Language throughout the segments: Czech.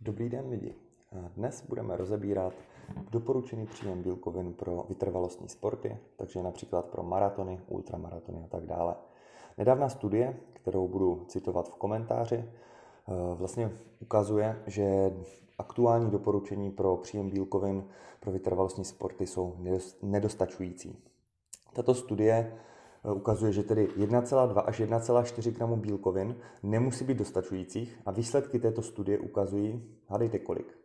Dobrý den lidi. Dnes budeme rozebírat doporučený příjem bílkovin pro vytrvalostní sporty, takže například pro maratony, ultramaratony a tak dále. Nedávná studie, kterou budu citovat v komentáři, vlastně ukazuje, že aktuální doporučení pro příjem bílkovin pro vytrvalostní sporty jsou nedostačující. Tato studie ukazuje, že tedy 1,2 až 1,4 gramu bílkovin nemusí být dostačujících a výsledky této studie ukazují, hádejte kolik,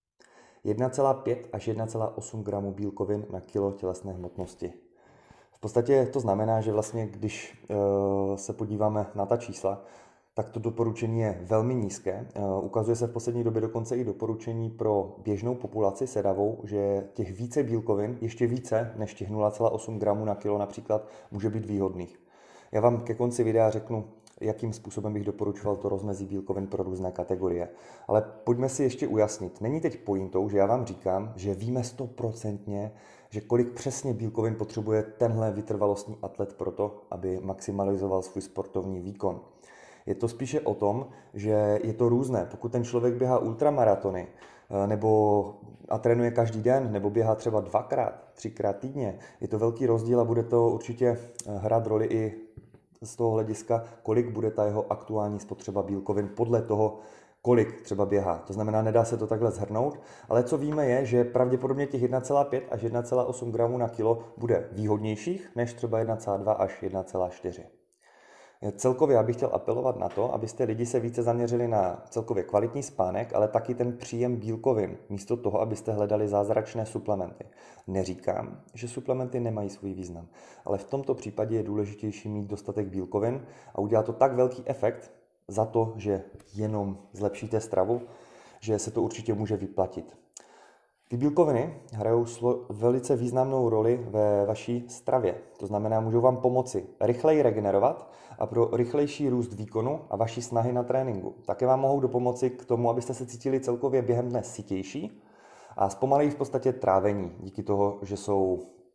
1,5 až 1,8 gramu bílkovin na kilo tělesné hmotnosti. V podstatě to znamená, že vlastně když se podíváme na ta čísla, tak to doporučení je velmi nízké. Ukazuje se v poslední době dokonce i doporučení pro běžnou populaci sedavou, že těch více bílkovin, ještě více než těch 0,8 gramů na kilo například, může být výhodných. Já vám ke konci videa řeknu, jakým způsobem bych doporučoval to rozmezí bílkovin pro různé kategorie. Ale pojďme si ještě ujasnit. Není teď pointou, že já vám říkám, že víme 100%, že kolik přesně bílkovin potřebuje tenhle vytrvalostní atlet pro to, aby maximalizoval svůj sportovní výkon. Je to spíše o tom, že je to různé. Pokud ten člověk běhá ultramaratony a trénuje každý den, nebo běhá třeba 2x, 3x týdně, je to velký rozdíl a bude to určitě hrát roli i z toho hlediska, kolik bude ta jeho aktuální spotřeba bílkovin podle toho, kolik třeba běhá. To znamená, nedá se to takhle shrnout, ale co víme je, že pravděpodobně těch 1,5 až 1,8 gramů na kilo bude výhodnějších než třeba 1,2 až 1,4. Celkově já bych chtěl apelovat na to, abyste lidi se více zaměřili na celkově kvalitní spánek, ale taky ten příjem bílkovin, místo toho, abyste hledali zázračné suplementy. Neříkám, že suplementy nemají svůj význam, ale v tomto případě je důležitější mít dostatek bílkovin a udělá to tak velký efekt za to, že jenom zlepšíte stravu, že se to určitě může vyplatit. Ty bílkoviny hrajou velice významnou roli ve vaší stravě. To znamená, můžou vám pomoci rychleji regenerovat a pro rychlejší růst výkonu a vaší snahy na tréninku. Také vám mohou dopomoci k tomu, abyste se cítili celkově během dne sytější a zpomalejí v podstatě trávení díky toho, že jsou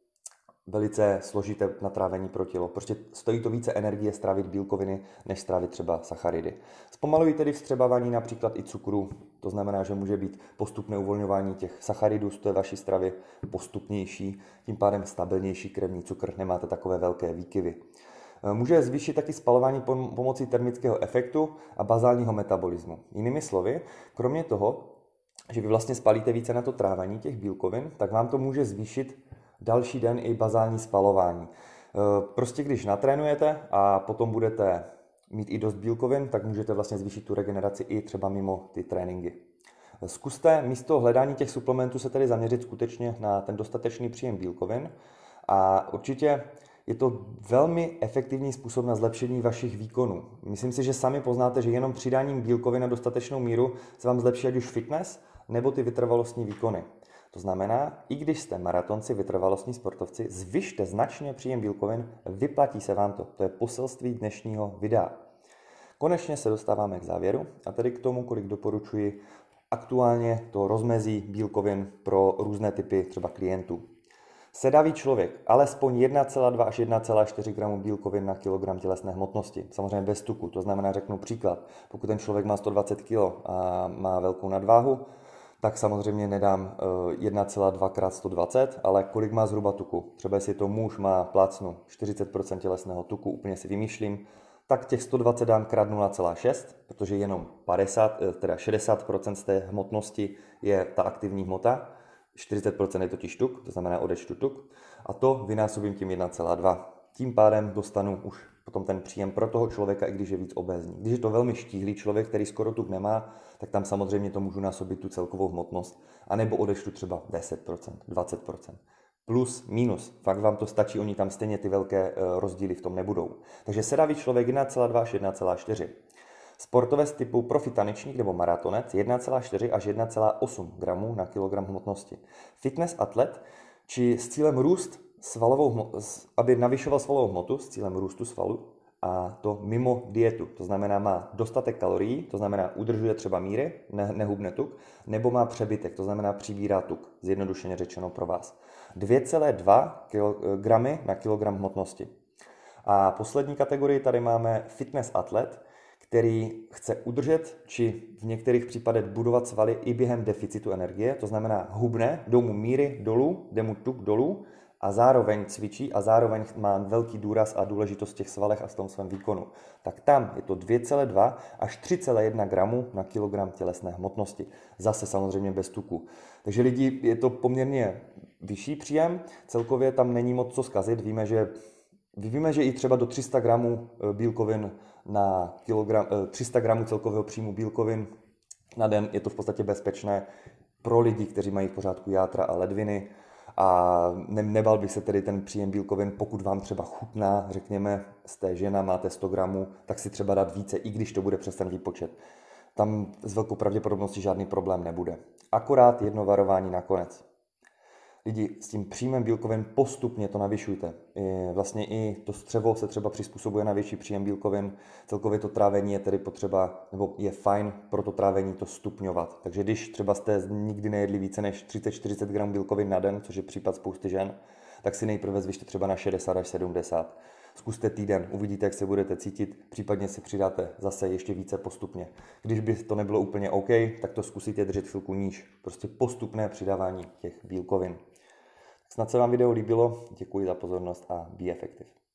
velice složité na trávení pro tělo. Prostě stojí to více energie strávit bílkoviny, než strávit třeba sacharidy. Zpomalují tedy vstřebávání například i cukru, to znamená, že může být postupné uvolňování těch sacharidů z té vaší stravy postupnější, tím pádem stabilnější krevní cukr, nemáte takové velké výkyvy. Může zvýšit taky spalování pomocí termického efektu a bazálního metabolismu. Jinými slovy, kromě toho, že vy vlastně spalíte více na to trávení těch bílkovin, tak vám to může zvýšit další den i bazální spalování. Prostě když natrénujete a potom budete mít i dost bílkovin, tak můžete vlastně zvýšit tu regeneraci i třeba mimo ty tréninky. Zkuste místo hledání těch suplementů se tedy zaměřit skutečně na ten dostatečný příjem bílkovin a určitě je to velmi efektivní způsob na zlepšení vašich výkonů. Myslím si, že sami poznáte, že jenom přidáním bílkovin na dostatečnou míru se vám zlepší ať už fitness nebo ty vytrvalostní výkony. To znamená, i když jste maratonci, vytrvalostní sportovci, zvyšte značně příjem bílkovin, vyplatí se vám to. To je poselství dnešního videa. Konečně se dostáváme k závěru a tedy k tomu, kolik doporučuji aktuálně to rozmezí bílkovin pro různé typy třeba klientů. Sedavý člověk, alespoň 1,2 až 1,4 gramu bílkovin na kilogram tělesné hmotnosti. Samozřejmě bez tuku, to znamená, řeknu příklad, pokud ten člověk má 120 kg a má velkou nadváhu, tak samozřejmě nedám 1,2 x 120, ale kolik má zhruba tuku. Třeba jestli to muž má plácnu 40% tělesného tuku, úplně si vymýšlím, tak těch 120 dám x 0,6, protože jenom 60% z té hmotnosti je ta aktivní hmota, 40% je totiž tuk, to znamená odečtu tuk, a to vynásobím tím 1,2. Tím pádem dostanu už potom ten příjem pro toho člověka, i když je víc obézní. Když je to velmi štíhlý člověk, který skoro tuk nemá, tak tam samozřejmě to můžu násobit tu celkovou hmotnost, anebo odečtu třeba 10%, 20%. Plus, minus, fakt vám to stačí, oni tam stejně ty velké rozdíly v tom nebudou. Takže sedavý člověk 1,2 až 1,4. Sportovec typu profi tanečník nebo maratonec 1,4 až 1,8 gramů na kilogram hmotnosti. Fitness atlet či s cílem růst aby navyšoval svalovou hmotu s cílem růstu svalu a to mimo dietu. To znamená, má dostatek kalorií, to znamená udržuje třeba míry, nehubne tuk, nebo má přebytek, to znamená přibírá tuk, zjednodušeně řečeno pro vás. 2,2 gramy na kilogram hmotnosti. A poslední kategorii tady máme fitness atlet, který chce udržet, či v některých případech budovat svaly i během deficitu energie, to znamená hubne, jdou mu míry dolů, jde mu tuk dolů a zároveň cvičí a zároveň má velký důraz a důležitost v těch svalech a v tom svém výkonu, tak tam je to 2,2 až 3,1 gramu na kilogram tělesné hmotnosti. Zase samozřejmě bez tuku. Takže lidi, je to poměrně vyšší příjem, celkově tam není moc co zkazit, víme, že i třeba do 300 gramů bílkovin na kilogram, 300 gramů celkového příjmu bílkovin na den je to v podstatě bezpečné pro lidi, kteří mají v pořádku játra a ledviny. A nebal bych se tedy ten příjem bílkovin, pokud vám třeba chutná, řekněme, jste žena, máte 100 gramů, tak si třeba dát více, i když to bude přes ten výpočet. Tam s velkou pravděpodobností žádný problém nebude. Akorát jedno varování nakonec. Lidi, s tím příjmem bílkovin postupně to navyšujte. Vlastně i to střevo se třeba přizpůsobuje na větší příjem bílkovin. Celkově to trávení je tedy potřeba, nebo je fajn pro to trávení to stupňovat. Takže když třeba jste nikdy nejedli více než 30-40 gramů bílkovin na den, což je případ spousty žen, tak si nejprve zvyšte třeba na 60 až 70. Zkuste týden, uvidíte, jak se budete cítit, případně si přidáte zase ještě více postupně. Když by to nebylo úplně OK, tak to zkusíte držet chvilku níž. Prostě postupné přidávání těch bílkovin. Snad se vám video líbilo, děkuji za pozornost a be effective.